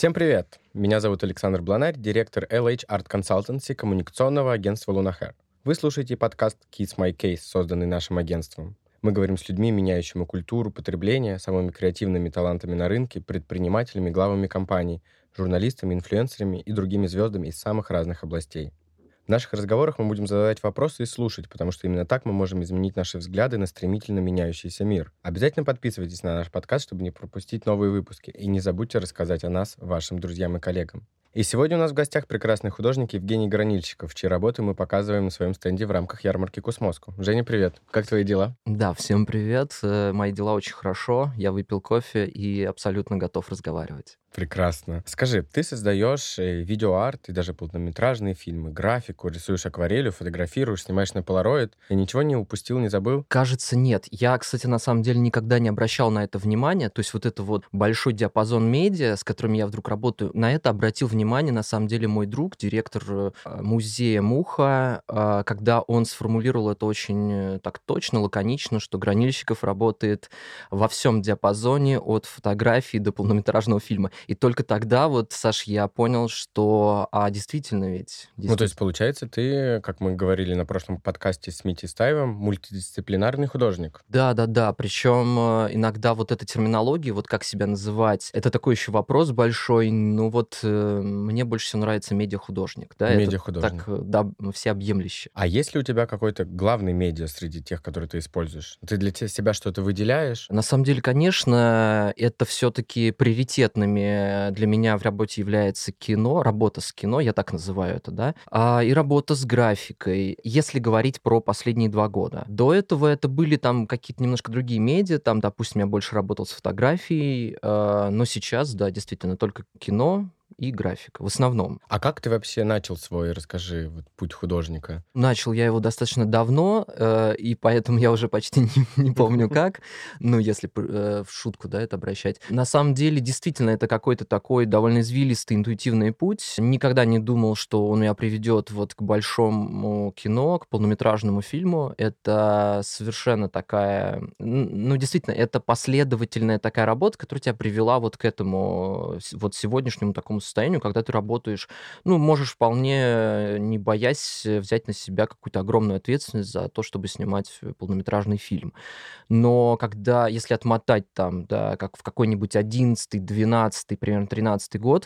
Всем привет! Меня зовут Александр Бланарь, директор LH Art Consultancy коммуникационного агентства Lunahair. Вы слушаете подкаст Kids My Case, созданный нашим агентством. Мы говорим с людьми, меняющими культуру потребления, самыми креативными талантами на рынке, предпринимателями, главами компаний, журналистами, инфлюенсерами и другими звездами из самых разных областей. В наших разговорах мы будем задавать вопросы и слушать, потому что именно так мы можем изменить наши взгляды на стремительно меняющийся мир. Обязательно подписывайтесь на наш подкаст, чтобы не пропустить новые выпуски, и не забудьте рассказать о нас вашим друзьям и коллегам. И сегодня у нас в гостях прекрасный художник Евгений Гранильщиков, чьи работы мы показываем на своем стенде в рамках ярмарки Космоску. Женя, привет! Как твои дела? Да, всем привет. Мои дела очень хорошо. Я выпил кофе и абсолютно готов разговаривать. Прекрасно. Скажи, ты создаешь видеоарт и даже полнометражные фильмы, графику, рисуешь акварелью, фотографируешь, снимаешь на полароид. Я ничего не упустил, не забыл? Кажется, нет. Я, кстати, на самом деле никогда не обращал на это внимания. То есть вот это вот большой диапазон медиа, с которыми я вдруг работаю, на это обратил внимание, на самом деле, мой друг, директор музея «Муха», когда он сформулировал это очень так точно, лаконично, что Гранильщиков работает во всем диапазоне от фотографии до полнометражного фильма. И только тогда вот, Саш, я понял, что действительно ведь... Ну, то есть, получается, ты, как мы говорили на прошлом подкасте с Митей Стаевым, мультидисциплинарный художник. Да. Причем иногда вот эта терминология, вот как себя называть, это такой еще вопрос большой. Ну вот мне больше всего нравится медиахудожник. Да, Медиахудожник. Это так, да, всеобъемлюще. А есть ли у тебя какой-то главный медиа среди тех, которые ты используешь? Ты для себя что-то выделяешь? На самом деле, конечно, это все-таки приоритетными для меня в работе является кино, работа с кино, я так называю это, да, и работа с графикой, если говорить про последние 2 года. До этого это были там какие-то немножко другие медиа, там, допустим, я больше работал с фотографией, но сейчас, да, действительно, только кино и графика в основном. А как ты вообще начал свой, расскажи, вот, путь художника? Начал я его достаточно давно, и поэтому я уже почти не помню как, ну, если в шутку, да, это обращать. На самом деле, действительно, это какой-то такой довольно извилистый, интуитивный путь. Никогда не думал, что он меня приведет вот к большому кино, к полнометражному фильму. Это совершенно такая, ну, действительно, это последовательная такая работа, которая тебя привела вот к этому вот сегодняшнему такому состоянию, когда ты работаешь, ну, можешь вполне, не боясь, взять на себя какую-то огромную ответственность за то, чтобы снимать полнометражный фильм. Но когда, если отмотать там, да, как в какой-нибудь 11-й, 12-й, примерно 13-й год,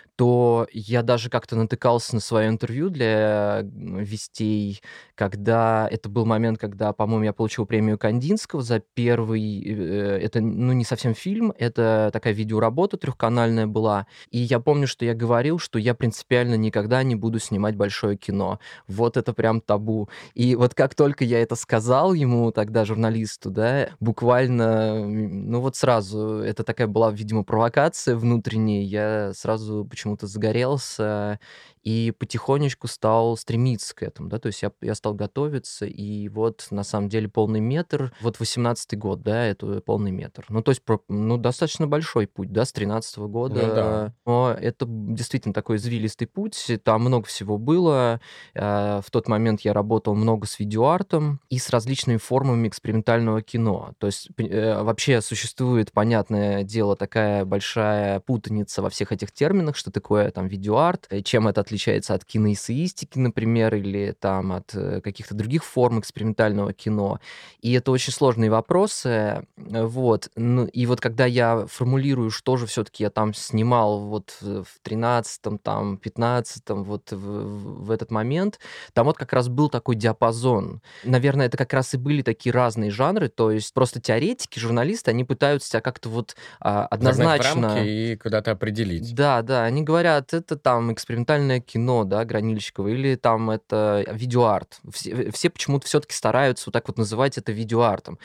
то я даже как-то натыкался на свое интервью для «Вестей», когда это был момент, когда, по-моему, я получил премию Кандинского за первый, это, ну, не совсем фильм, это такая видеоработа трехканальная была. И я помню, что я говорил, что я принципиально никогда не буду снимать большое кино. Вот это прям табу. И вот как только я это сказал ему, тогда журналисту, да, буквально, ну вот сразу, это такая была, видимо, провокация внутренняя, я сразу почему-то загорелся и потихонечку стал стремиться к этому, да, то есть я стал готовиться, и вот на самом деле полный метр, вот 18-й год, да, это полный метр. Ну, то есть, ну, достаточно большой путь, да, с 13-го года. Ну да. Но это действительно такой извилистый путь, там много всего было. В тот момент я работал много с видеоартом и с различными формами экспериментального кино. То есть вообще существует, понятное дело, такая большая путаница во всех этих терминах, что такое там видеоарт, чем это отличается от киноэссеистики, например, или там от каких-то других форм экспериментального кино. И это очень сложные вопросы. Вот. Ну, и вот когда я формулирую, что же все-таки я там снимал вот в 13-м, там, 15-м, вот в этот момент, там вот как раз был такой диапазон. Наверное, это как раз и были такие разные жанры, то есть просто теоретики, журналисты, они пытаются себя как-то вот однозначно... Загнать в рамки и куда-то определить. Да, они говорят, это там экспериментальное кино, да, Гранильщикова, или там это видеоарт. Все почему-то все-таки стараются вот так вот называть это видеоартом.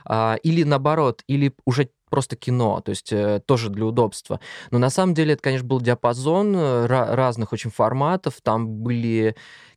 Или наоборот, или уже просто кино, то есть тоже для удобства. Но на самом деле это, конечно, был диапазон разных очень форматов. Там были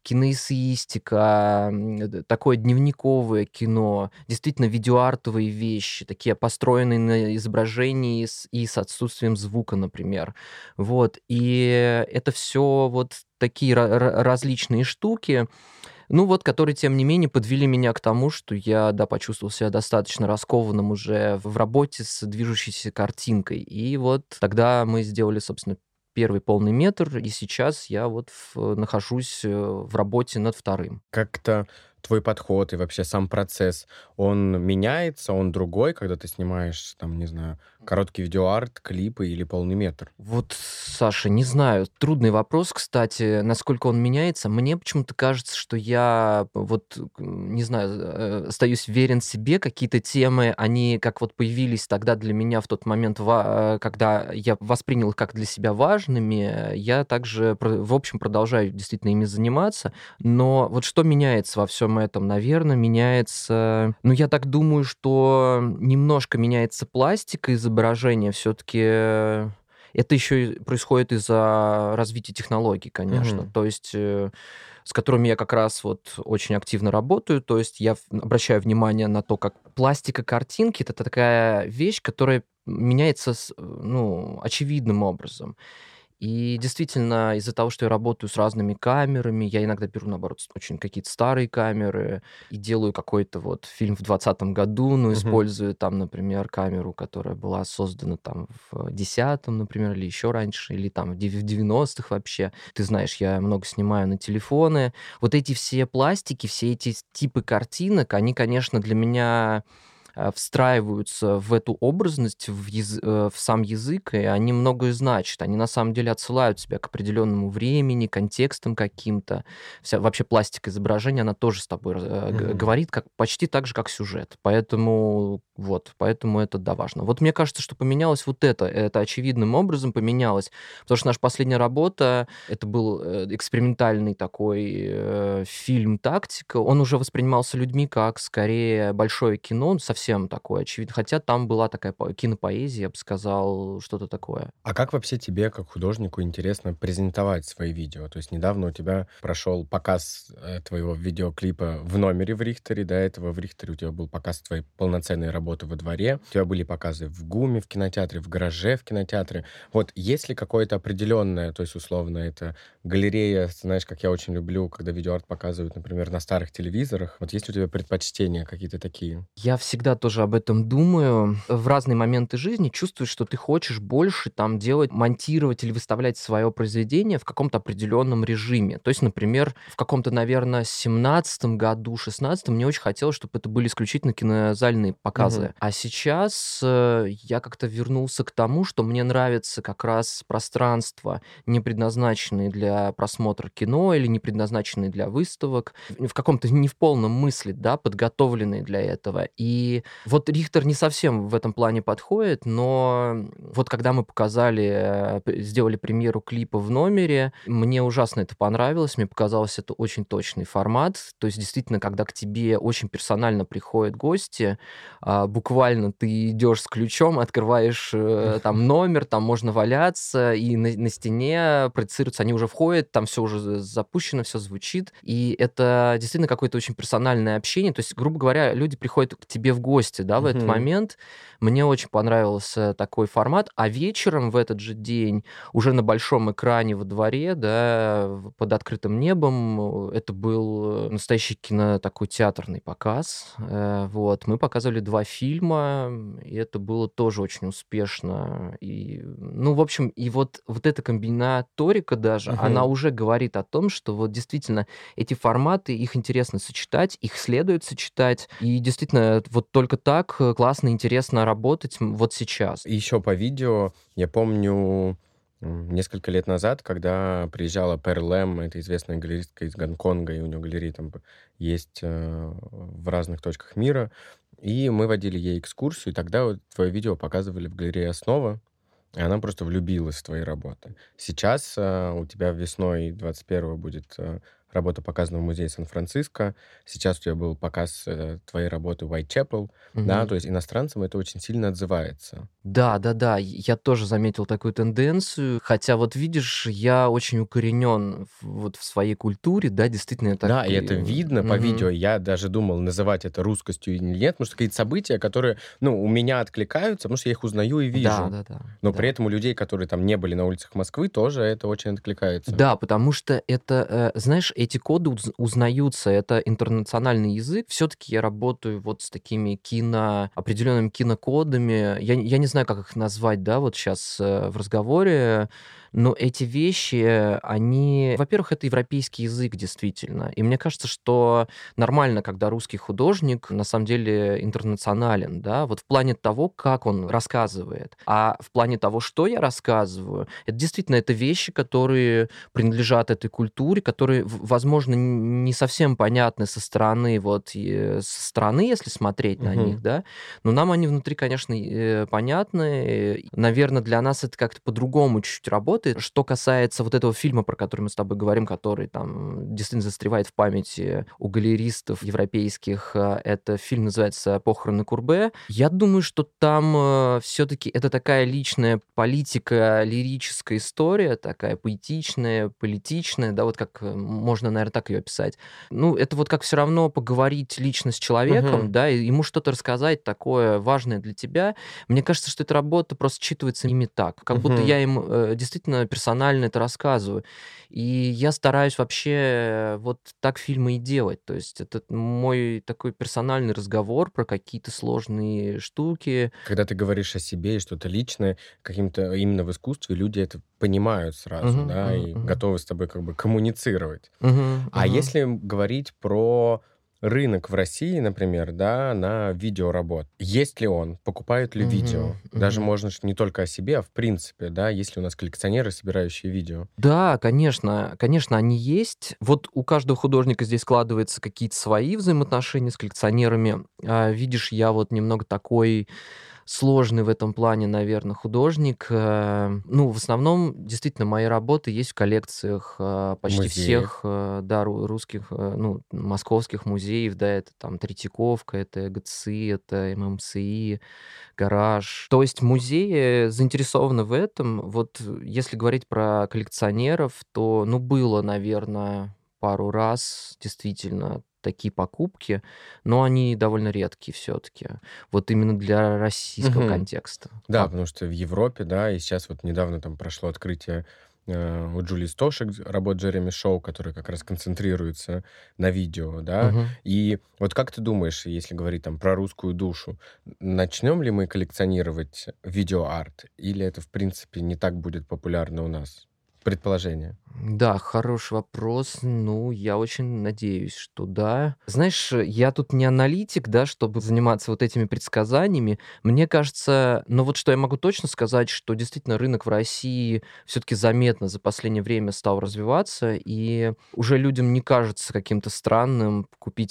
киноэссеистика, такое дневниковое кино, действительно видеоартовые вещи, такие построенные на изображении и с отсутствием звука, например. Вот. И это все вот такие различные штуки, ну вот, которые, тем не менее, подвели меня к тому, что я, да, почувствовал себя достаточно раскованным уже в работе с движущейся картинкой. И вот тогда мы сделали, собственно, первый полный метр, и сейчас я вот нахожусь в работе над вторым. Как-то твой подход и вообще сам процесс, он меняется, он другой, когда ты снимаешь, там, не знаю, короткий видеоарт, клипы или полный метр? Вот, Саша, не знаю, трудный вопрос, кстати, насколько он меняется. Мне почему-то кажется, что я вот, не знаю, остаюсь верен себе. Какие-то темы, они как вот появились тогда для меня в тот момент, когда я воспринял их как для себя важными, я также, в общем, продолжаю действительно ими заниматься. Но вот что меняется во всем этом? Наверное, меняется... Ну, я так думаю, что немножко меняется пластика изображения. Все-таки это еще и происходит из-за развития технологий, конечно. Мгм. То есть с которыми я как раз вот очень активно работаю. То есть я обращаю внимание на то, как пластика картинки — это такая вещь, которая меняется ну, очевидным образом. И действительно, из-за того, что я работаю с разными камерами, я иногда беру, наоборот, очень какие-то старые камеры и делаю какой-то вот фильм в 2020 году, но Мгм. использую там, например, камеру, которая была создана там в 10-м, например, или еще раньше, или там в 90-х вообще. Ты знаешь, я много снимаю на телефоны. Вот эти все пластики, все эти типы картинок, они, конечно, для меня встраиваются в эту образность, в сам язык, и они многое значат. Они на самом деле отсылают тебя к определенному времени, контекстам каким-то. Вообще пластика изображения, она тоже с тобой Мгм. говорит почти так же, как сюжет. Поэтому вот, поэтому это, да, важно. Вот мне кажется, что поменялось вот это очевидным образом поменялось, потому что наша последняя работа, это был экспериментальный такой фильм «Тактика». Он уже воспринимался людьми как скорее большое кино, совсем такое очевидно. Хотя там была такая кинопоэзия, я бы сказал, что-то такое. А как вообще тебе, как художнику, интересно презентовать свои видео? То есть недавно у тебя прошел показ твоего видеоклипа в номере в Рихтере, до этого в Рихтере у тебя был показ твоей полноценной работы во дворе, у тебя были показы в ГУМе в кинотеатре, в гараже в кинотеатре. Вот есть ли какое-то определенное, то есть условно это галерея, знаешь, как я очень люблю, когда видеоарт показывают, например, на старых телевизорах, вот есть у тебя предпочтения какие-то такие? Я всегда тоже об этом думаю. В разные моменты жизни чувствуешь, что ты хочешь больше там делать, монтировать или выставлять свое произведение в каком-то определенном режиме. То есть, например, в каком-то, наверное, 17-м году, 16-м мне очень хотелось, чтобы это были исключительно кинозальные Мгм. показы. А сейчас я как-то вернулся к тому, что мне нравится как раз пространства, не предназначенные для просмотра кино или не предназначенные для выставок, в каком-то не в полном смысле, да, подготовленные для этого. И вот Рихтер не совсем в этом плане подходит, но вот когда мы сделали премьеру клипа в номере, мне ужасно это понравилось, мне показалось, это очень точный формат. То есть, действительно, когда к тебе очень персонально приходят гости, буквально ты идешь с ключом, открываешь там номер, там можно валяться, и на стене проецируются, они уже входят, там все уже запущено, все звучит, и это действительно какое-то очень персональное общение. То есть, грубо говоря, люди приходят к тебе в гости, да, в этот Мгм. момент. Мне очень понравился такой формат, а вечером в этот же день уже на большом экране во дворе, да, под открытым небом, это был настоящий такой театрный показ. Вот. Мы показывали 2 фильма, и это было тоже очень успешно. И, ну, в общем, и вот эта комбинаторика даже, она Мгм. уже говорит о том, что вот действительно эти форматы, их интересно сочетать, их следует сочетать. И действительно, вот только так классно, интересно работать вот сейчас. И еще по видео, я помню, несколько лет назад, когда приезжала Пэр Лэм, это известная галеристка из Гонконга, и у нее галереи там есть в разных точках мира, и мы водили ей экскурсию, и тогда вот твое видео показывали в галерее «Основа», и она просто влюбилась в твои работы. Сейчас у тебя весной 21-го будет работа показана в музее Сан-Франциско. Сейчас у тебя был показ твоей работы в Whitechapel. Да, то есть иностранцам это очень сильно отзывается. Да, да-да, я тоже заметил такую тенденцию. Хотя вот видишь, я очень укоренен вот в своей культуре, да, действительно я Да, и такой. это видно по видео. Я даже думал, называть это русскостью или нет, потому что какие-то события, которые, ну, у меня откликаются, потому что я их узнаю и Да, вижу. да-да, Но при да. этом у людей, которые там не были на улицах Москвы, тоже это очень откликается. Да, потому что это, знаешь, эти коды узнаются, это интернациональный язык. Все-таки я работаю вот с такими определенными кинокодами. Я не знаю, как их назвать, да, вот сейчас в разговоре, Но эти вещи, они, во-первых, это европейский язык действительно. И мне кажется, что нормально, когда русский художник на самом деле интернационален, да, вот в плане того, как он рассказывает. А в плане того, что я рассказываю, это действительно это вещи, которые принадлежат этой культуре, которые, возможно, не совсем понятны со стороны, вот, со стороны, если смотреть на них, Мгм. да, но нам они внутри, конечно, понятны. Наверное, для нас это как-то по-другому чуть-чуть работает. Что касается вот этого фильма, про который мы с тобой говорим, который там действительно застревает в памяти у галеристов европейских, это фильм называется «Похороны Курбе». Я думаю, что там все-таки это такая личная политика, лирическая история, такая поэтичная, политичная, да, вот как можно, наверное, так ее описать. Ну, это вот как все равно поговорить лично с человеком, Мгм. да, и ему что-то рассказать такое важное для тебя. Мне кажется, что эта работа просто считывается ими так, как будто Мгм. я им действительно персонально это рассказываю. И я стараюсь вообще вот так фильмы и делать. То есть это мой такой персональный разговор про какие-то сложные штуки. Когда ты говоришь о себе и что-то личное, каким-то именно в искусстве люди это понимают сразу, Мгм, да, мгм, и мгм. готовы с тобой как бы коммуницировать. Мгм, А мгм, если говорить про рынок в России, например, да, на видеоработ, есть ли он, покупают ли мгм, видео? Даже мгм. можно ж не только о себе, а в принципе, да, есть ли у нас коллекционеры, собирающие видео? Да, конечно, конечно, они есть. Вот у каждого художника здесь складываются какие-то свои взаимоотношения с коллекционерами. Видишь, я вот немного такой сложный в этом плане, наверное, художник. Ну, в основном, действительно, мои работы есть в коллекциях почти всех, Музеев? да, русских, ну, московских музеев, да, это там Третьяковка, это ЭГЦИ, это ММСИ, Гараж. То есть музеи заинтересованы в этом. Вот если говорить про коллекционеров, то, ну, было, наверное, пару раз действительно такие покупки, но они довольно редкие все-таки. Вот именно для российского Мгм. контекста. Да, потому что в Европе, да, и сейчас вот недавно там прошло открытие у Джулии Стошек работ Джереми Шоу, который как раз концентрируется на видео, да. Мгм. И вот как ты думаешь, если говорить там про русскую душу, начнем ли мы коллекционировать видеоарт, или это, в принципе, не так будет популярно у нас? Предположение. Да, хороший вопрос. Ну, я очень надеюсь, что да. Знаешь, я тут не аналитик, да, чтобы заниматься вот этими предсказаниями. Мне кажется, ну вот что я могу точно сказать, что действительно рынок в России все-таки заметно за последнее время стал развиваться, и уже людям не кажется каким-то странным купить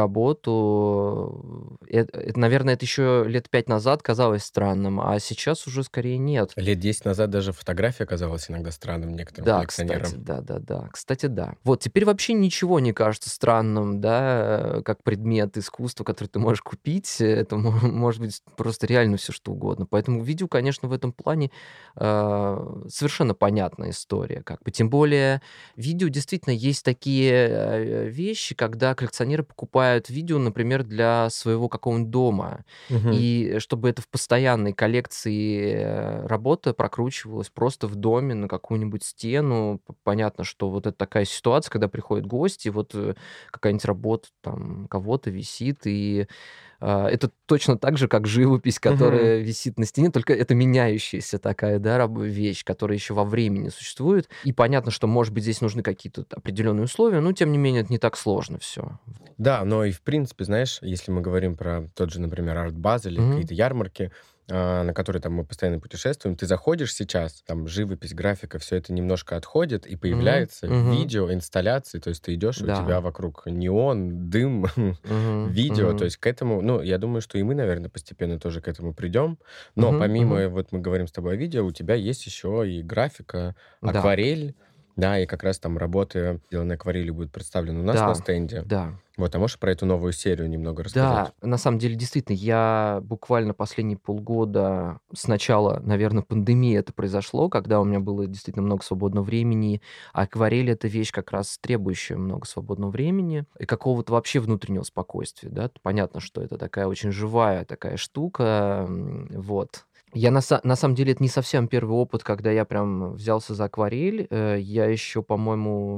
видеоработу. Наверное, это еще лет 5 назад казалось странным, а сейчас уже скорее нет. Лет 10 назад даже фотография казалась иногда странным некоторым Да, кстати, коллекционерам. да-да-да. Кстати, да. Вот теперь вообще ничего не кажется странным, да, как предмет искусства, который ты можешь купить. Это может быть просто реально все что угодно. Поэтому видео, конечно, в этом плане совершенно понятная история. Как бы. Тем более видео действительно есть такие вещи, когда коллекционеры покупают видео, например, для своего какого-нибудь дома. Мгм. И чтобы это в постоянной коллекции работа прокручивалась просто в доме на какую-нибудь стену. Понятно, что вот это такая ситуация, когда приходят гости, вот какая-нибудь работа там кого-то висит, и это точно так же, как живопись, Мгм. которая висит на стене, только это меняющаяся такая, да, вещь, которая еще во времени существует. И понятно, что, может быть, здесь нужны какие-то определенные условия, но, тем не менее, это не так сложно все. Да, но и в принципе, знаешь, если мы говорим про тот же, например, арт-базы или Мгм. какие-то ярмарки, на которые там мы постоянно путешествуем, ты заходишь сейчас, там живопись, графика, все это немножко отходит, и Мгм. появляется Мгм. видео, инсталляции, то есть ты идешь, и у тебя Да. вокруг неон, дым, Мгм. видео, то Мгм. есть к этому, ну, я думаю, что и мы, наверное, постепенно тоже к этому придем, но Мгм. Мгм. помимо, вот мы говорим с тобой о видео, у тебя есть еще и графика, Да. акварель, да, и как раз там работы, сделанные акварелью, будут представлены у нас на Да, стенде. да. Вот, а можешь про эту новую серию немного Да, рассказать? на самом деле, действительно, я буквально последние полгода, с начала, наверное, пандемии это произошло, когда у меня было действительно много свободного времени. А акварель — это вещь как раз требующая много свободного времени и какого-то вообще внутреннего спокойствия, да. Понятно, что это такая очень живая такая штука, вот. Я на самом деле, это не совсем первый опыт, когда я прям взялся за акварель. Я еще, по-моему,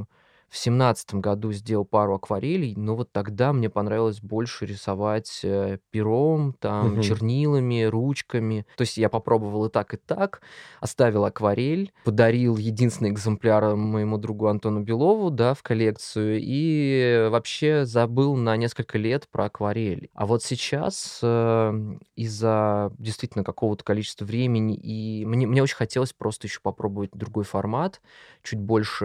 В 17 году сделал пару акварелей, но вот тогда мне понравилось больше рисовать, пером, там, Мгм. чернилами, ручками. То есть я попробовал и так, оставил акварель, подарил единственный экземпляр моему другу Антону Белову, да, в коллекцию, и вообще забыл на несколько лет про акварель. А вот сейчас, из-за действительно какого-то количества времени, и мне очень хотелось просто еще попробовать другой формат, чуть больше,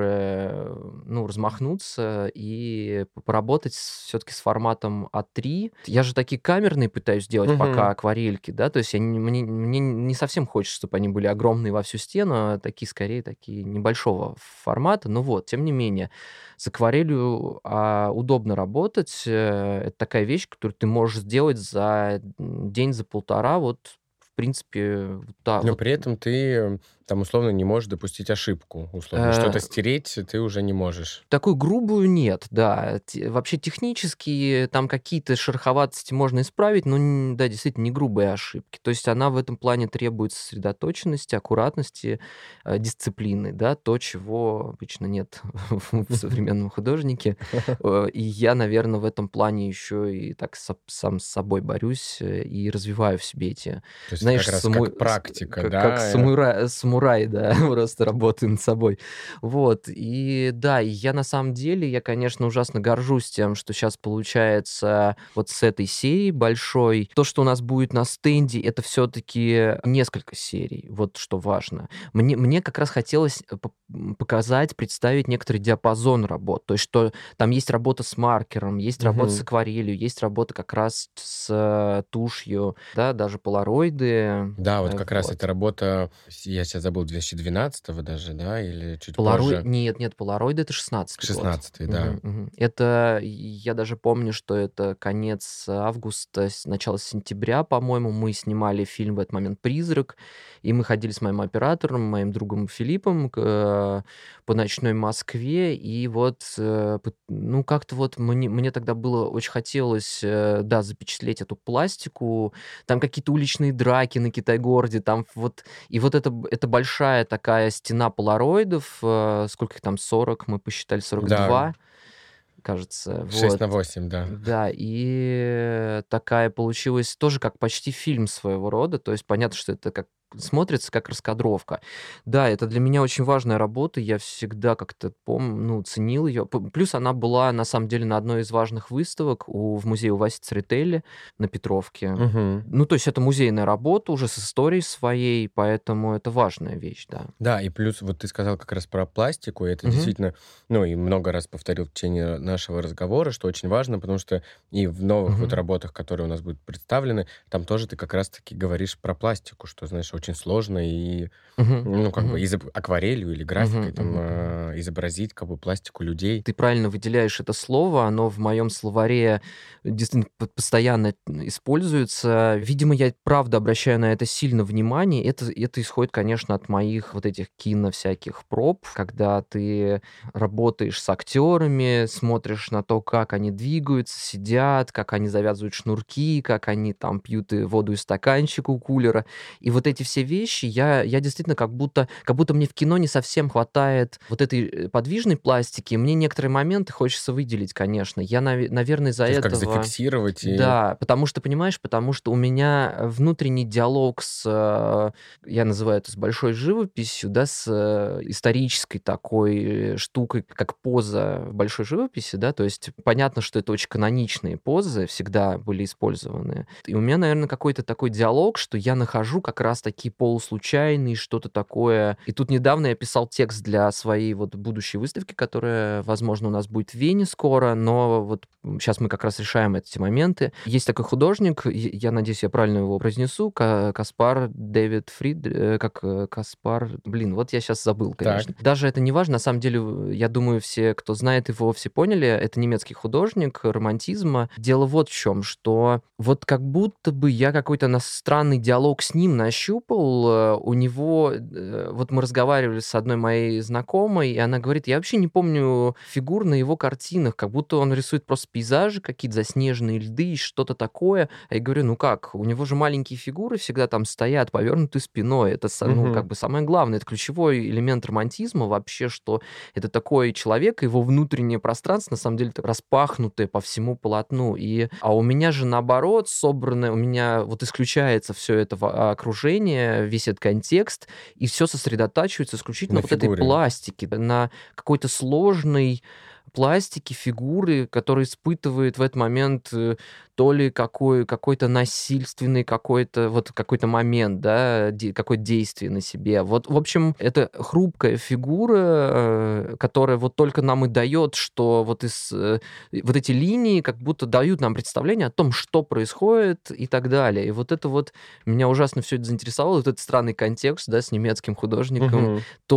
ну, размахнуться и поработать все-таки с форматом А3. Я же такие камерные пытаюсь делать пока Мгм. акварельки, да, то есть мне не совсем хочется, чтобы они были огромные во всю стену, а такие скорее такие небольшого формата. Но вот, тем не менее, с акварелью удобно работать. Это такая вещь, которую ты можешь сделать за день, за полтора. Вот, в принципе, да, Но вот. при этом ты там условно не можешь допустить ошибку. Условно, э, что-то стереть ты уже не можешь. Такую грубую нет, да. Вообще технически там какие-то шероховатости можно исправить, но, да, действительно, не грубые ошибки. То есть она в этом плане требует сосредоточенности, аккуратности, дисциплины, да, то, чего обычно нет в современном художнике. И я, наверное, в этом плане еще и так сам с собой борюсь, и развиваю в себе эти, То есть это знаешь, как раз как практика, как да? самурай, да, просто работаю над собой. Вот, и да, и я на самом деле, я, конечно, ужасно горжусь тем, что сейчас получается вот с этой серией большой. То, что у нас будет на стенде, это все-таки несколько серий, вот что важно. Мне как раз хотелось показать, представить некоторый диапазон работ, то есть что там есть работа с маркером, есть работа с Мгм. акварелью, есть работа как раз с тушью, да, даже полароиды, Да, вот как раз эта вот. работа, я сейчас забыл, 2012 даже, да, или чуть Полароид позже? нет, полароид — это 16 год. 16 да. Это я даже помню, что это конец августа, начало сентября, по-моему. Мы снимали фильм в этот момент "Призрак", и мы ходили с моим оператором, моим другом Филиппом по ночной Москве. И вот, ну, как-то вот мне тогда было очень хотелось, да, запечатлеть эту пластику. Там какие-то уличные драки на Китай-городе, там вот и вот это большая такая стена полароидов, сколько их там, 40, мы посчитали, Да, 42, кажется, 6 вот. на 8, да. Да, и такая получилась тоже как почти фильм своего рода. То есть понятно, что это как смотрится как раскадровка. Да, это для меня очень важная работа. Я всегда как-то ну, ценил ее. Плюс она была, на самом деле, на одной из важных выставок в музее у Васи Церетели на Петровке. Мгм. Ну, то есть это музейная работа уже с историей своей, поэтому это важная вещь, да. Да, и плюс вот ты сказал как раз про пластику, и это Мгм. действительно, ну, и много раз повторил в течение нашего разговора, что очень важно, потому что и в новых вот Мгм. работах, которые у нас будут представлены, там тоже ты как раз-таки говоришь про пластику, что, знаешь, очень сложно и, Мгм. ну, как бы Мгм. акварелью или Мгм. графикой там Мгм. Мгм. изобразить как бы пластику людей. Ты правильно выделяешь это слово, оно в моем словаре действительно постоянно используется. Видимо, я правда обращаю на это сильно внимание. Это исходит, конечно, от моих вот этих кино всяких проб, когда ты работаешь с актерами, смотришь на то, как они двигаются, сидят, как они завязывают шнурки, как они там пьют воду из стаканчика у кулера. И вот эти все вещи я действительно как будто мне в кино не совсем хватает вот этой подвижной пластики. Мне некоторые моменты хочется выделить, конечно. Я, наверное, из-за То есть как этого. зафиксировать и... Да, потому что, понимаешь, потому что у меня внутренний диалог я называю это с большой живописью, да, с исторической такой штукой, как поза в большой живописи, да, то есть понятно, что это очень каноничные позы, всегда были использованы. И у меня, наверное, какой-то такой диалог, что я нахожу как раз такие полуслучайные, что-то такое. И тут недавно я писал текст для своей вот будущей выставки, которая, возможно, у нас будет в Вене скоро, но вот сейчас мы как раз решаем эти моменты. Есть такой художник, я надеюсь, я правильно его произнесу, Каспар Дэвид Фрид, Каспар, блин, вот я сейчас забыл, Так. конечно. Даже это не важно, на самом деле, я думаю, все, кто знает его, все поняли, это немецкий художник романтизма. Дело вот в чем, что вот как будто бы я какой-то странный диалог с ним нащупал, People, у него... Вот мы разговаривали с одной моей знакомой, и она говорит, я вообще не помню фигур на его картинах, как будто он рисует просто пейзажи, какие-то заснеженные льды, что-то такое. А я говорю, ну как, у него же маленькие фигуры всегда там стоят, повернутой спиной. Это, ну, как бы самое главное, это ключевой элемент романтизма вообще, что это такой человек, его внутреннее пространство, на самом деле, распахнутое по всему полотну. А у меня же, наоборот, собранное, у меня вот исключается все это окружение, весь этот контекст, и все сосредотачивается исключительно На вот этой фигуре. пластике, на какой-то сложной пластики, фигуры, которые испытывает в этот момент то ли какой-то насильственный какой-то момент, да, какое-то действие на себе. Вот, в общем, это хрупкая фигура, которая вот только нам и дает, что вот вот эти линии как будто дают нам представление о том, что происходит и так далее. И вот это вот меня ужасно все это заинтересовало, вот этот странный контекст, да, с немецким художником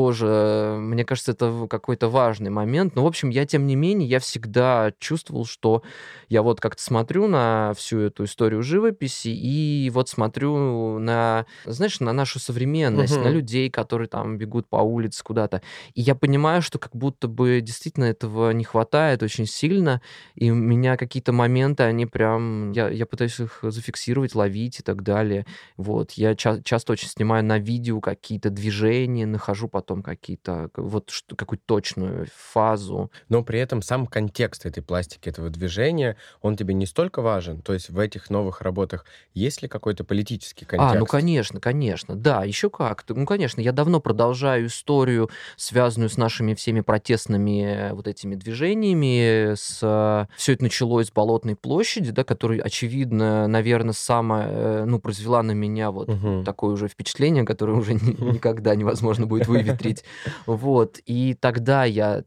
тоже, мне кажется, это какой-то важный момент. Но, в общем, тем не менее, я всегда чувствовал, что я вот как-то смотрю на всю эту историю живописи и вот смотрю на, знаешь, на нашу современность, на людей, которые там бегут по улице куда-то. И я понимаю, что как будто бы действительно этого не хватает очень сильно, и у меня какие-то моменты, они прям... Я пытаюсь их зафиксировать, ловить и так далее. Вот. Я часто очень снимаю на видео какие-то движения, нахожу потом какие-то... Вот какую-то точную фазу. Но при этом сам контекст этой пластики, этого движения, он тебе не столько важен? То есть в этих новых работах есть ли какой-то политический контекст? Ну, конечно, да, еще как. Ну, конечно, я давно продолжаю историю, связанную с нашими всеми протестными вот этими движениями. Все это началось с Болотной площади, да, которая, очевидно, наверное, самая, произвела на меня вот такое уже впечатление, которое уже никогда невозможно будет выветрить. Вот. И тогда я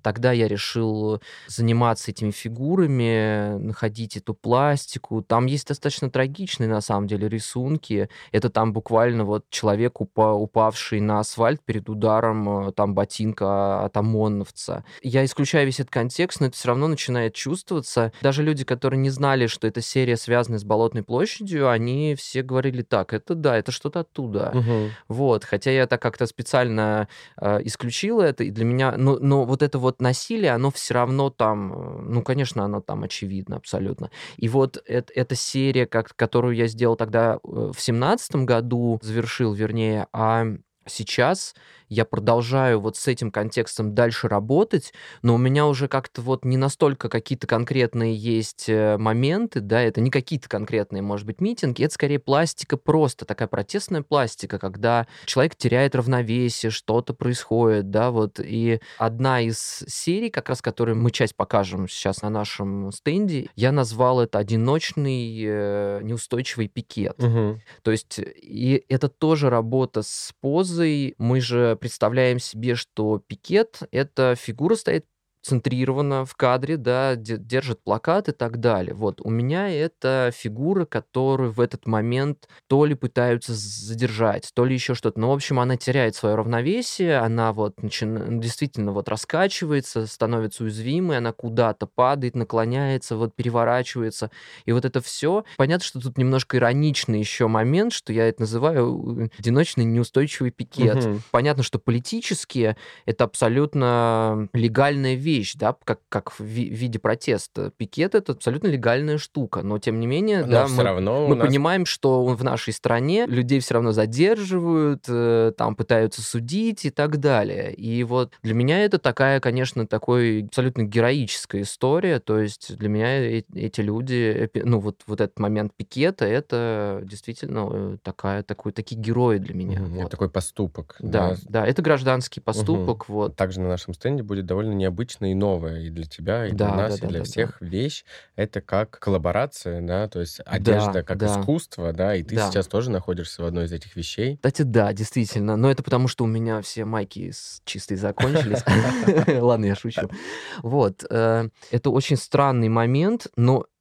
решил заниматься этими фигурами, находить эту пластику. Там есть достаточно трагичные, на самом деле, рисунки. Это там буквально вот человек, упавший на асфальт перед ударом там ботинка от ОМОНовца. Я исключаю весь этот контекст, но это все равно начинает чувствоваться. Даже люди, которые не знали, что эта серия связана с Болотной площадью, они все говорили так, это что-то оттуда. Вот. Хотя я так как-то специально исключил это, и для меня... Но вот это вот насилие, оно все равно там... конечно, оно там очевидно абсолютно. И вот эта серия, которую я сделал тогда в 17-м году, завершил, вернее, а сейчас я продолжаю вот с этим контекстом дальше работать, но у меня уже как-то вот не настолько какие-то конкретные есть моменты, да, это не какие-то конкретные, может быть, митинги, это скорее пластика просто, такая протестная пластика, когда человек теряет равновесие, что-то происходит, да, вот. И одна из серий, как раз, которую мы часть покажем сейчас на нашем стенде, я назвал это «Одиночный неустойчивый пикет». То есть и это тоже работа с позой. Мы же представляем себе, что пикет — это фигура стоит центрированно в кадре, да, держит плакат и так далее. Вот у меня это фигура, которую в этот момент то ли пытаются задержать, то ли еще что-то. Но, в общем, она теряет свое равновесие, она вот действительно вот раскачивается, становится уязвимой, она куда-то падает, наклоняется, вот переворачивается. И вот это все. Понятно, что тут немножко ироничный еще момент, что я это называю одиночный неустойчивый пикет. Понятно, что политически это абсолютно легальная вещь, да, как в виде протеста. Пикет — это абсолютно легальная штука, но тем не менее, Но да, все равно мы понимаем, что в нашей стране людей все равно задерживают, там пытаются судить и так далее. И вот для меня это такая, конечно, такой абсолютно героическая история, то есть для меня эти люди, вот этот момент пикета, это действительно такие герои для меня. Это Вот. такой поступок. Да, это гражданский поступок. Вот. Также на нашем стенде будет довольно необычная и новая и для тебя, и для нас, и для всех вещь. Это как коллаборация, да, то есть одежда как искусство, да, и ты сейчас тоже находишься в одной из этих вещей. Кстати, да, действительно. Но это потому, что у меня все майки чистые закончились. Ладно, я шучу. Вот. Это очень странный момент, но он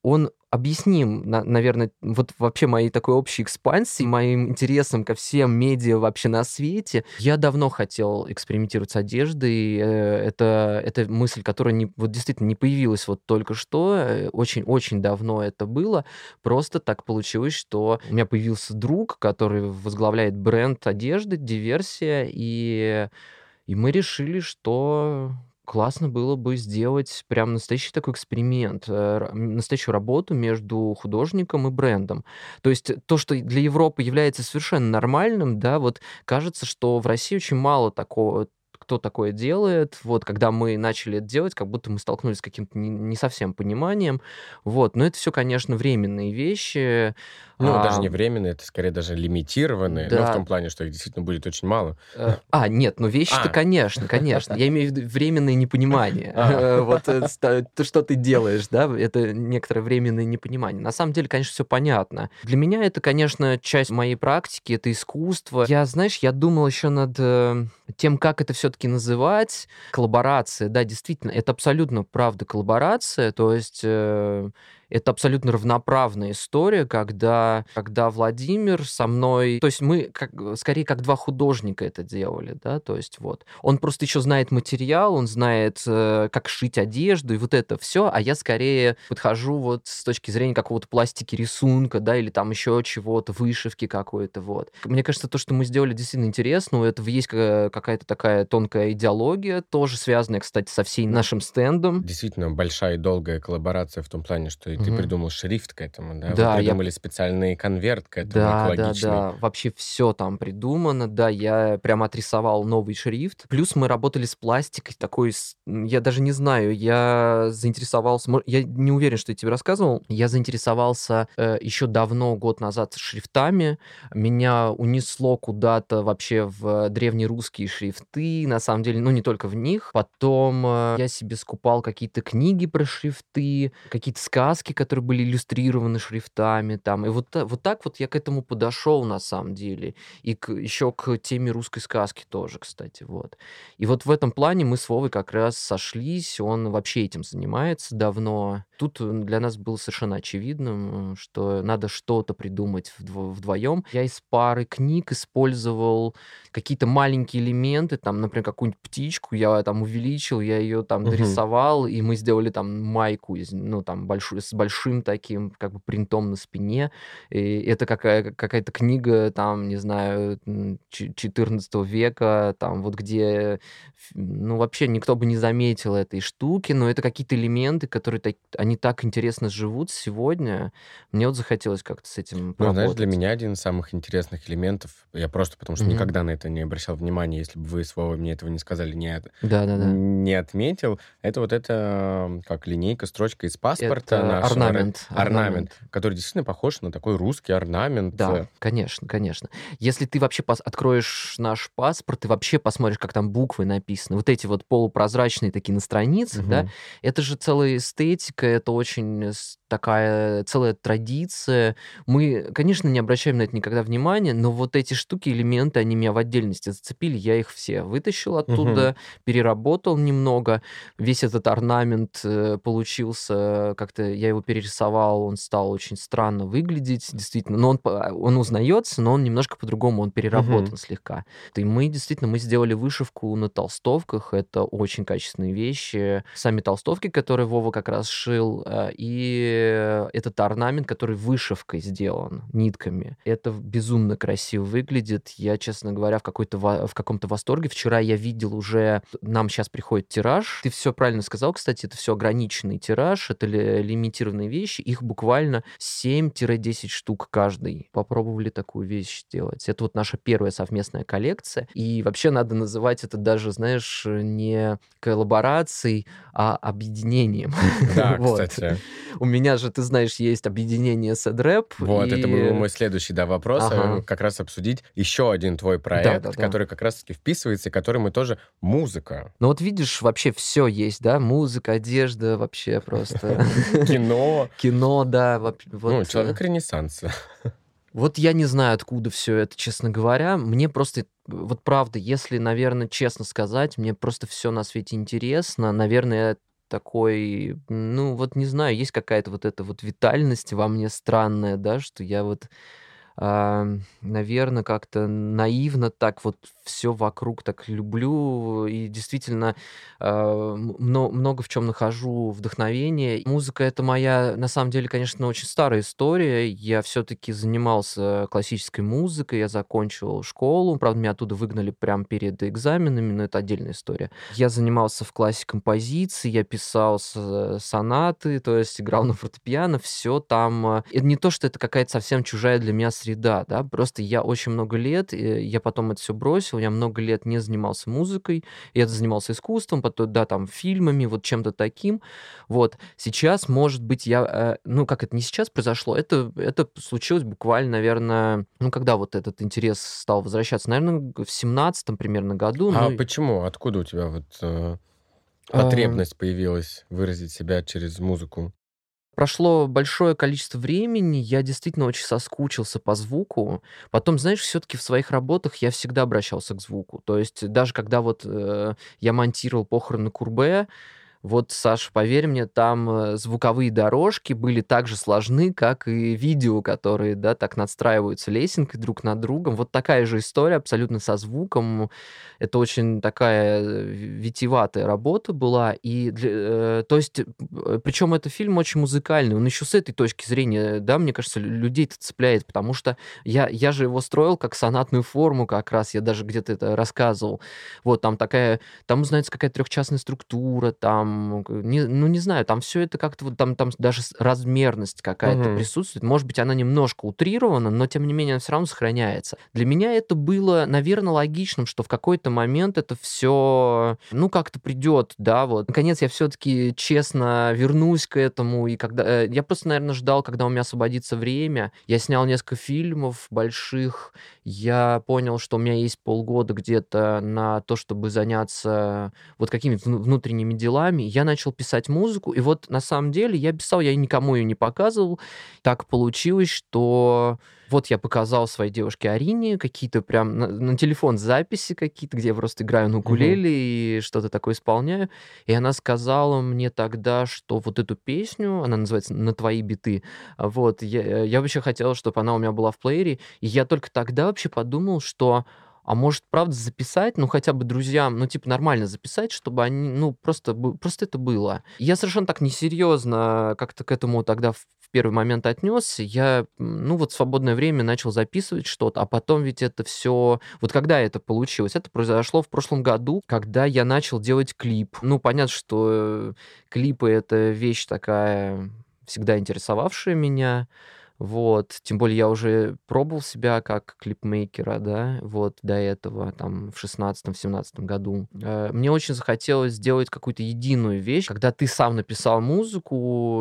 объясним, наверное, вот вообще моей такой общей экспансии, моим интересом ко всем медиа вообще на свете. Я давно хотел экспериментировать с одеждой. Это мысль, которая вот действительно не появилась вот только что. Очень-очень давно это было. Просто так получилось, что у меня появился друг, который возглавляет бренд одежды «Диверсия», и мы решили, что классно было бы сделать прям настоящий такой эксперимент, настоящую работу между художником и брендом. То есть то, что для Европы является совершенно нормальным, да, вот кажется, что в России очень мало такого, кто такое делает. Вот, когда мы начали это делать, как будто мы столкнулись с каким-то не совсем пониманием. Вот, но это все, конечно, временные вещи. Ну, даже не временные, это скорее даже лимитированные, но в том Да, плане, что их действительно будет очень мало. нет, ну вещи-то, А, конечно, конечно. Я имею в виду временное непонимание. а. Вот то, что ты делаешь, да, это некоторое временное непонимание. На самом деле, конечно, все понятно. Для меня это, конечно, часть моей практики, это искусство. Знаешь, я думал еще над тем, как это все-таки называть. Коллаборация, да, действительно, это абсолютно правда коллаборация, то есть это абсолютно равноправная история, когда Владимир со мной... То есть мы скорее как два художника это делали, да, то есть вот. Он просто еще знает материал, он знает, как шить одежду и вот это все, а я скорее подхожу вот с точки зрения какого-то пластики рисунка, да, или там еще чего-то, вышивки какой-то, вот. Мне кажется, то, что мы сделали, действительно интересно, у этого есть какая-то такая тонкая идеология, тоже связанная, кстати, со всей нашим стендом. Действительно большая и долгая коллаборация в том плане, что и ты Мгм. придумал шрифт к этому, да? Вы Да, придумали специальный конверт к этому, да, да, экологичный. да, вообще все там придумано, да, я прям отрисовал новый шрифт. Плюс мы работали с пластикой такой, я даже не знаю, я заинтересовался, я не уверен, что я тебе рассказывал, я заинтересовался еще давно, год назад, шрифтами. Меня унесло куда-то вообще в древнерусские шрифты, на самом деле, ну, не только в них. Потом я себе скупал какие-то книги про шрифты, какие-то сказки, которые были иллюстрированы шрифтами там. И вот так вот я к этому подошел на самом деле. И еще к теме русской сказки тоже, кстати, вот. И вот в этом плане мы с Вовой как раз сошлись, он вообще этим занимается давно. Тут для нас было совершенно очевидным, что надо что-то придумать вдвоем. Я из пары книг использовал какие-то маленькие элементы, там, например, какую-нибудь птичку я там увеличил, я ее там Мгм. дорисовал, и мы сделали там майку, ну, там, с большим таким, как бы, принтом на спине. И это какая-то книга, там, не знаю, 14 века, там, вот где, ну, вообще никто бы не заметил этой штуки, но это какие-то элементы, которые они так интересно живут сегодня. Мне вот захотелось как-то с этим Ну, знаешь, для поработать. меня один из самых интересных элементов, я просто потому что Мгм. никогда на это не обращал внимания, если бы вы с Вовой мне этого не сказали, Да-да-да. не отметил, это вот эта, как линейка, строчка из паспорта Это нашего, орнамент. орнамент, который действительно похож на такой русский орнамент. Да, конечно, конечно. Если ты вообще откроешь наш паспорт и вообще посмотришь, как там буквы написаны, вот эти вот полупрозрачные такие на страницах, да, Мгм. это же целая эстетика, это очень такая целая традиция. Мы, конечно, не обращаем на это никогда внимания, но вот эти штуки, элементы, они меня в отдельности зацепили, я их все вытащил Мгм. оттуда, переработал немного, весь этот орнамент получился, как-то я его перерисовал, он стал очень странно выглядеть, действительно, но он узнается, но он немножко по-другому, он Мгм. переработан слегка. И мы действительно, мы сделали вышивку на толстовках, это очень качественные вещи. Сами толстовки, которые Вова как раз шил, и этот орнамент, который вышивкой сделан, нитками. Это безумно красиво выглядит. Я, честно говоря, в каком-то восторге. Вчера я видел уже, нам сейчас приходит тираж. Ты все правильно сказал, кстати, это все ограниченный тираж, это лимитированные вещи, их буквально 7-10 штук каждый. Попробовали такую вещь сделать. Это вот наша первая совместная коллекция, и вообще надо называть это даже, знаешь, не коллаборацией, а объединением. Да, Вот. кстати. У меня же, ты знаешь, есть объединение SEDREP, Вот, это был и... мой следующий, да, вопрос, Ага. как раз обсудить еще один твой проект, Да-да-да. который как раз-таки вписывается, и который мы тоже музыка, Ну вот видишь, вообще все есть, да? Музыка, одежда, вообще просто кино, кино, да. ну, человек Ренессанса. Вот я не знаю, откуда все это, честно говоря. Мне просто, вот правда, если, наверное, честно сказать, мне просто все на свете интересно. Наверное, такой, ну, вот не знаю, есть какая-то вот эта вот витальность во мне странная, да, что я вот, наверно, как-то наивно так вот все вокруг так люблю и действительно, много в чем нахожу вдохновение. Музыка — это моя, на самом деле, конечно, очень старая история. Я все таки занимался классической музыкой, я закончил школу. Правда, меня оттуда выгнали прямо перед экзаменами, но это отдельная история. Я занимался в классе композиции, я писал сонаты, то есть играл на фортепиано, все там. Это не то, что это какая-то совсем чужая для меня среда, да, просто я очень много лет, я потом это все бросил, я много лет не занимался музыкой, я занимался искусством, потом, да, там, фильмами, вот чем-то таким. Вот. Сейчас, может быть, ну, как это не сейчас произошло, это случилось буквально, наверное, ну, когда вот этот интерес стал возвращаться, наверное, в 17 примерно году, А ну, почему? Откуда у тебя вот а потребность появилась выразить себя через музыку? прошло большое количество времени, я действительно очень соскучился по звуку. Потом, знаешь, все-таки в своих работах я всегда обращался к звуку. То есть даже когда вот я монтировал похороны Курбе, вот, Саш, поверь мне, там, звуковые дорожки были так же сложны, как и видео, которые, да, так надстраиваются лесенкой друг над другом. Вот такая же история абсолютно со звуком. Это очень такая, витиеватая работа была. То есть, причем это фильм очень музыкальный. Он еще с этой точки зрения, да, мне кажется, людей-то цепляет, потому что я же его строил как сонатную форму как раз, я даже где-то это рассказывал. Вот, там узнается какая-то трехчастная структура, там, ну, не знаю, там все это как-то вот, там даже размерность какая-то Мгм. присутствует. Может быть, она немножко утрирована, но тем не менее она все равно сохраняется. Для меня это было, наверное, логичным, что в какой-то момент это все, ну, как-то придет, да, вот. Наконец, я все-таки честно вернусь к этому, и когда... я просто, наверное, ждал, когда у меня освободится время. Я снял несколько фильмов больших, я понял, что у меня есть полгода где-то на то, чтобы заняться вот какими-то внутренними делами. Я начал писать музыку, и вот на самом деле я писал, я никому ее не показывал. Так получилось, что вот я показал своей девушке Арине какие-то прям на телефон записи какие-то, где я просто играю на Мгм. укулеле и что-то такое исполняю. И она сказала мне тогда, что вот эту песню, она называется «На твои биты», вот, я вообще хотел, чтобы она у меня была в плеере. И я только тогда вообще подумал, что, а может, правда записать, ну, хотя бы друзьям, ну, типа, нормально записать, чтобы они, ну, просто это было. Я совершенно так несерьезно как-то к этому тогда в первый момент отнесся. Я, ну, вот в свободное время начал записывать что-то, а потом ведь это все... Вот когда это получилось? Это произошло в прошлом году, когда я начал делать клип. Ну, понятно, что клипы — это вещь такая, всегда интересовавшая меня. Вот. Тем более я уже пробовал себя как клипмейкера, да, вот до этого, там, в 16-17 году. Мне очень захотелось сделать какую-то единую вещь, когда ты сам написал музыку,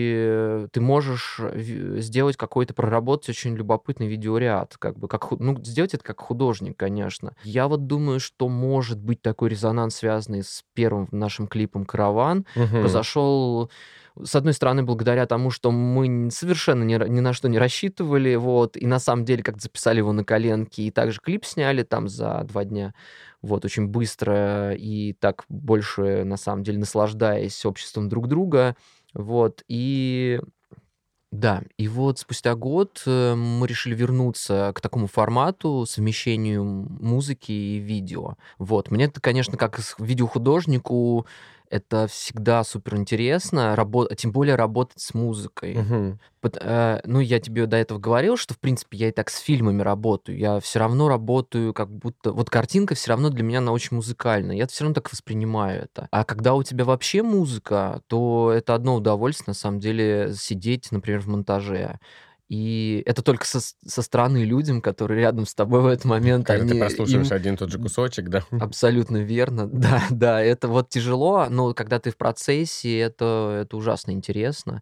и ты можешь сделать какой-то, проработать очень любопытный видеоряд, как бы, ну, сделать это как художник, конечно. Я вот думаю, что может быть такой резонанс, связанный с первым нашим клипом «Караван». Мгм. Произошел, с одной стороны, благодаря тому, что мы совершенно ни на что не рассчитывали, вот, и на самом деле как-то записали его на коленке, и также клип сняли там за 2 дня, вот, очень быстро, и так больше, на самом деле, наслаждаясь обществом друг друга, вот, и да, и вот спустя год мы решили вернуться к такому формату, совмещению музыки и видео. Вот. Мне это, конечно, как видеохудожнику, это всегда супер интересно, тем более работать с музыкой. Мгм. Ну, я тебе до этого говорил, что, в принципе, я и так с фильмами работаю. Я все равно работаю как будто... Вот картинка все равно для меня, она очень музыкальная. Я все равно так воспринимаю это. А когда у тебя вообще музыка, то это одно удовольствие, на самом деле, сидеть, например, в монтаже. И это только со стороны людям, которые рядом с тобой в этот момент, Когда ты им прослушиваешь один и тот же кусочек, да? абсолютно верно. Да, да, это вот тяжело, но когда ты в процессе, это ужасно интересно.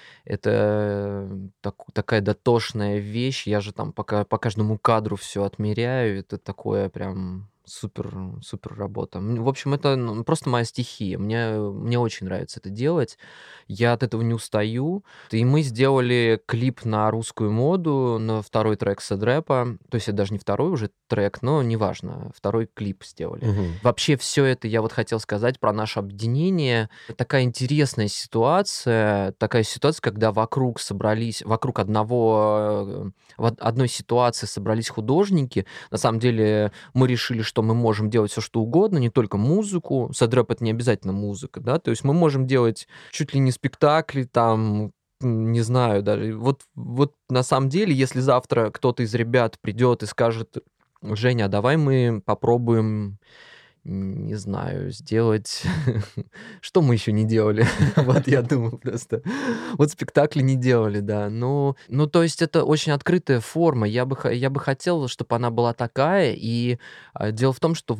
Это такая дотошная вещь. Я же там пока по каждому кадру все отмеряю. Это такое прям Супер, супер работа. В общем, это просто моя стихия. Мне очень нравится это делать. Я от этого не устаю. И мы сделали клип на русскую моду, на второй трек сэдрэпа. То есть это даже не второй уже трек, но неважно. Второй клип сделали. Мгм. Вообще все это я вот хотел сказать про наше объединение. Такая интересная ситуация, когда вокруг одной ситуации собрались художники. На самом деле мы решили, что мы можем делать все что угодно, не только музыку. Сэдрэп — это не обязательно музыка, да, то есть мы можем делать чуть ли не спектакли, там, не знаю даже. Вот на самом деле, если завтра кто-то из ребят придет и скажет: «Женя, а давай мы попробуем, не знаю, сделать...» Что мы еще не делали? Вот я думаю просто. Вот спектакли не делали, да. Ну, то есть это очень открытая форма. Я бы хотел, чтобы она была такая. И дело в том, что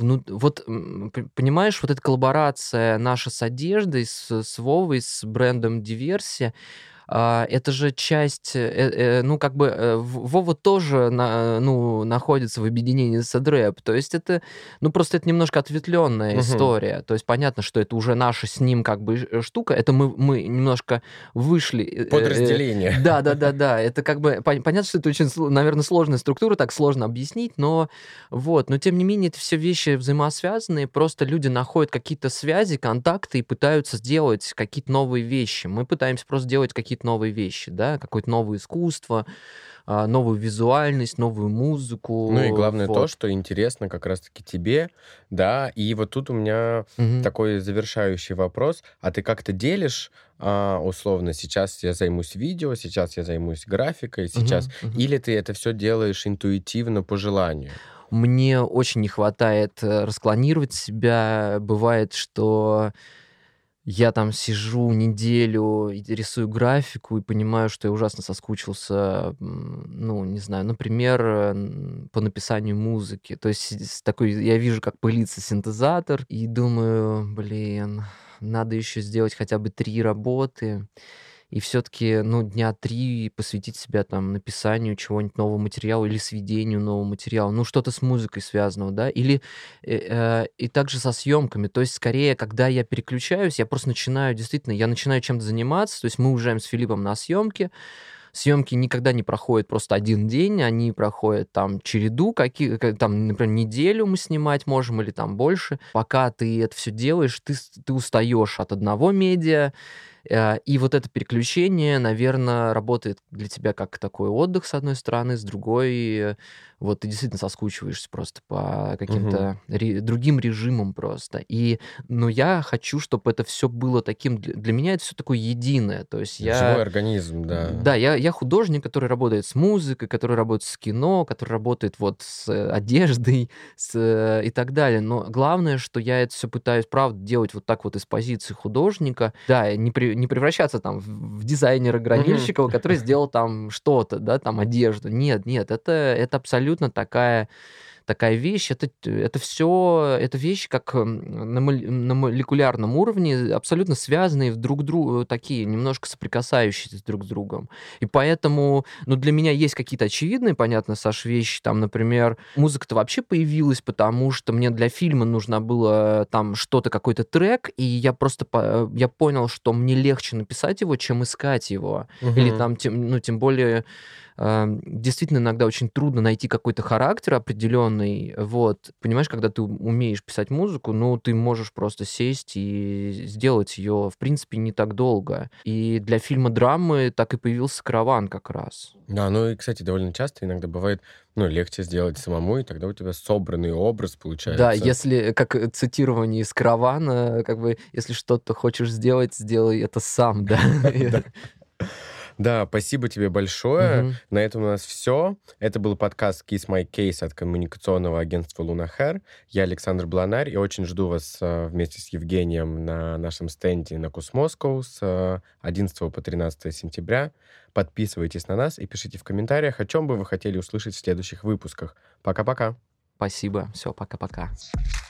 понимаешь, вот эта коллаборация наша с одеждой, с Вовой, с брендом Диверсия, это же часть, ну, как бы, Вова тоже находится в объединении сэдрэп. То есть это, ну, просто это немножко ответвленная Мгм. история. То есть понятно, что это уже наша с ним как бы штука. Это мы немножко вышли. Подразделение. Да. Это как бы понятно, что это очень, наверное, сложная структура, так сложно объяснить, но вот. Но тем не менее, это все вещи взаимосвязанные. Просто люди находят какие-то связи, контакты и пытаются сделать какие-то новые вещи. Мы пытаемся просто делать какие-то новые вещи, да, какое-то новое искусство, новую визуальность, новую музыку. Ну и главное то, Вот. что интересно как раз-таки тебе, да. И вот тут у меня Мгм. такой завершающий вопрос. А ты как-то делишь, условно, сейчас я займусь видео, сейчас я займусь графикой, сейчас... Мгм. Или ты это все делаешь интуитивно по желанию? Мне очень не хватает расклонировать себя. Бывает, что я там сижу неделю и рисую графику и понимаю, что я ужасно соскучился, ну, не знаю, например, по написанию музыки. То есть я вижу, как пылится синтезатор, и думаю, блин, надо еще сделать хотя бы 3 работы. И все-таки, ну, дня 3 посвятить себя там написанию чего-нибудь нового материала или сведению нового материала, ну, что-то с музыкой связанного, да, и также со съемками. То есть, скорее, когда я переключаюсь, я просто я начинаю чем-то заниматься, то есть мы уезжаем с Филиппом на съемки. Съемки никогда не проходят просто один день, они проходят там череду, там, например, неделю мы снимать можем или там больше. Пока ты это все делаешь, ты устаешь от одного медиа, и вот это переключение, наверное, работает для тебя как такой отдых, с одной стороны, с другой, вот ты действительно соскучиваешься просто по Мгм. каким-то другим режимам просто. Но я хочу, чтобы это все было таким... Для меня это все такое единое. То есть Живой организм, да. да, я художник, который работает с музыкой, который работает с кино, который работает вот с одеждой, и так далее. Но главное, что я это все пытаюсь, правда, делать вот так вот из позиции художника. Да, не превращаться там в дизайнера Мгм. гранильщика, который сделал там что-то, да, там одежду. Нет, это абсолютно такая вещь. Это вещи, как на молекулярном уровне, абсолютно связанные друг другу, такие немножко соприкасающиеся друг с другом. И поэтому, ну, для меня есть какие-то очевидные, понятно, Саш, вещи. Там, например, музыка-то вообще появилась, потому что мне для фильма нужно было там что-то, какой-то трек, и я понял, что мне легче написать его, чем искать его. Или Мгм. там, тем более, действительно иногда очень трудно найти какой-то характер определенный. Вот. Понимаешь, когда ты умеешь писать музыку, ну, ты можешь просто сесть и сделать ее, в принципе, не так долго. И для фильма-драмы так и появился «Караван» как раз. Да, ну и, кстати, довольно часто иногда бывает, ну, легче сделать самому, и тогда у тебя собранный образ Да, получается. если, как цитирование из «Каравана», как бы, если что-то хочешь сделать, сделай это сам, да. Да. Да, спасибо тебе большое. Мгм. На этом у нас все. Это был подкаст Kiss My Case от коммуникационного агентства Luna Hair. Я Александр Бланарь, и очень жду вас вместе с Евгением на нашем стенде на Космоскоу с 11 по 13 сентября. Подписывайтесь на нас и пишите в комментариях, о чем бы вы хотели услышать в следующих выпусках. Пока-пока. Спасибо. Все, пока-пока.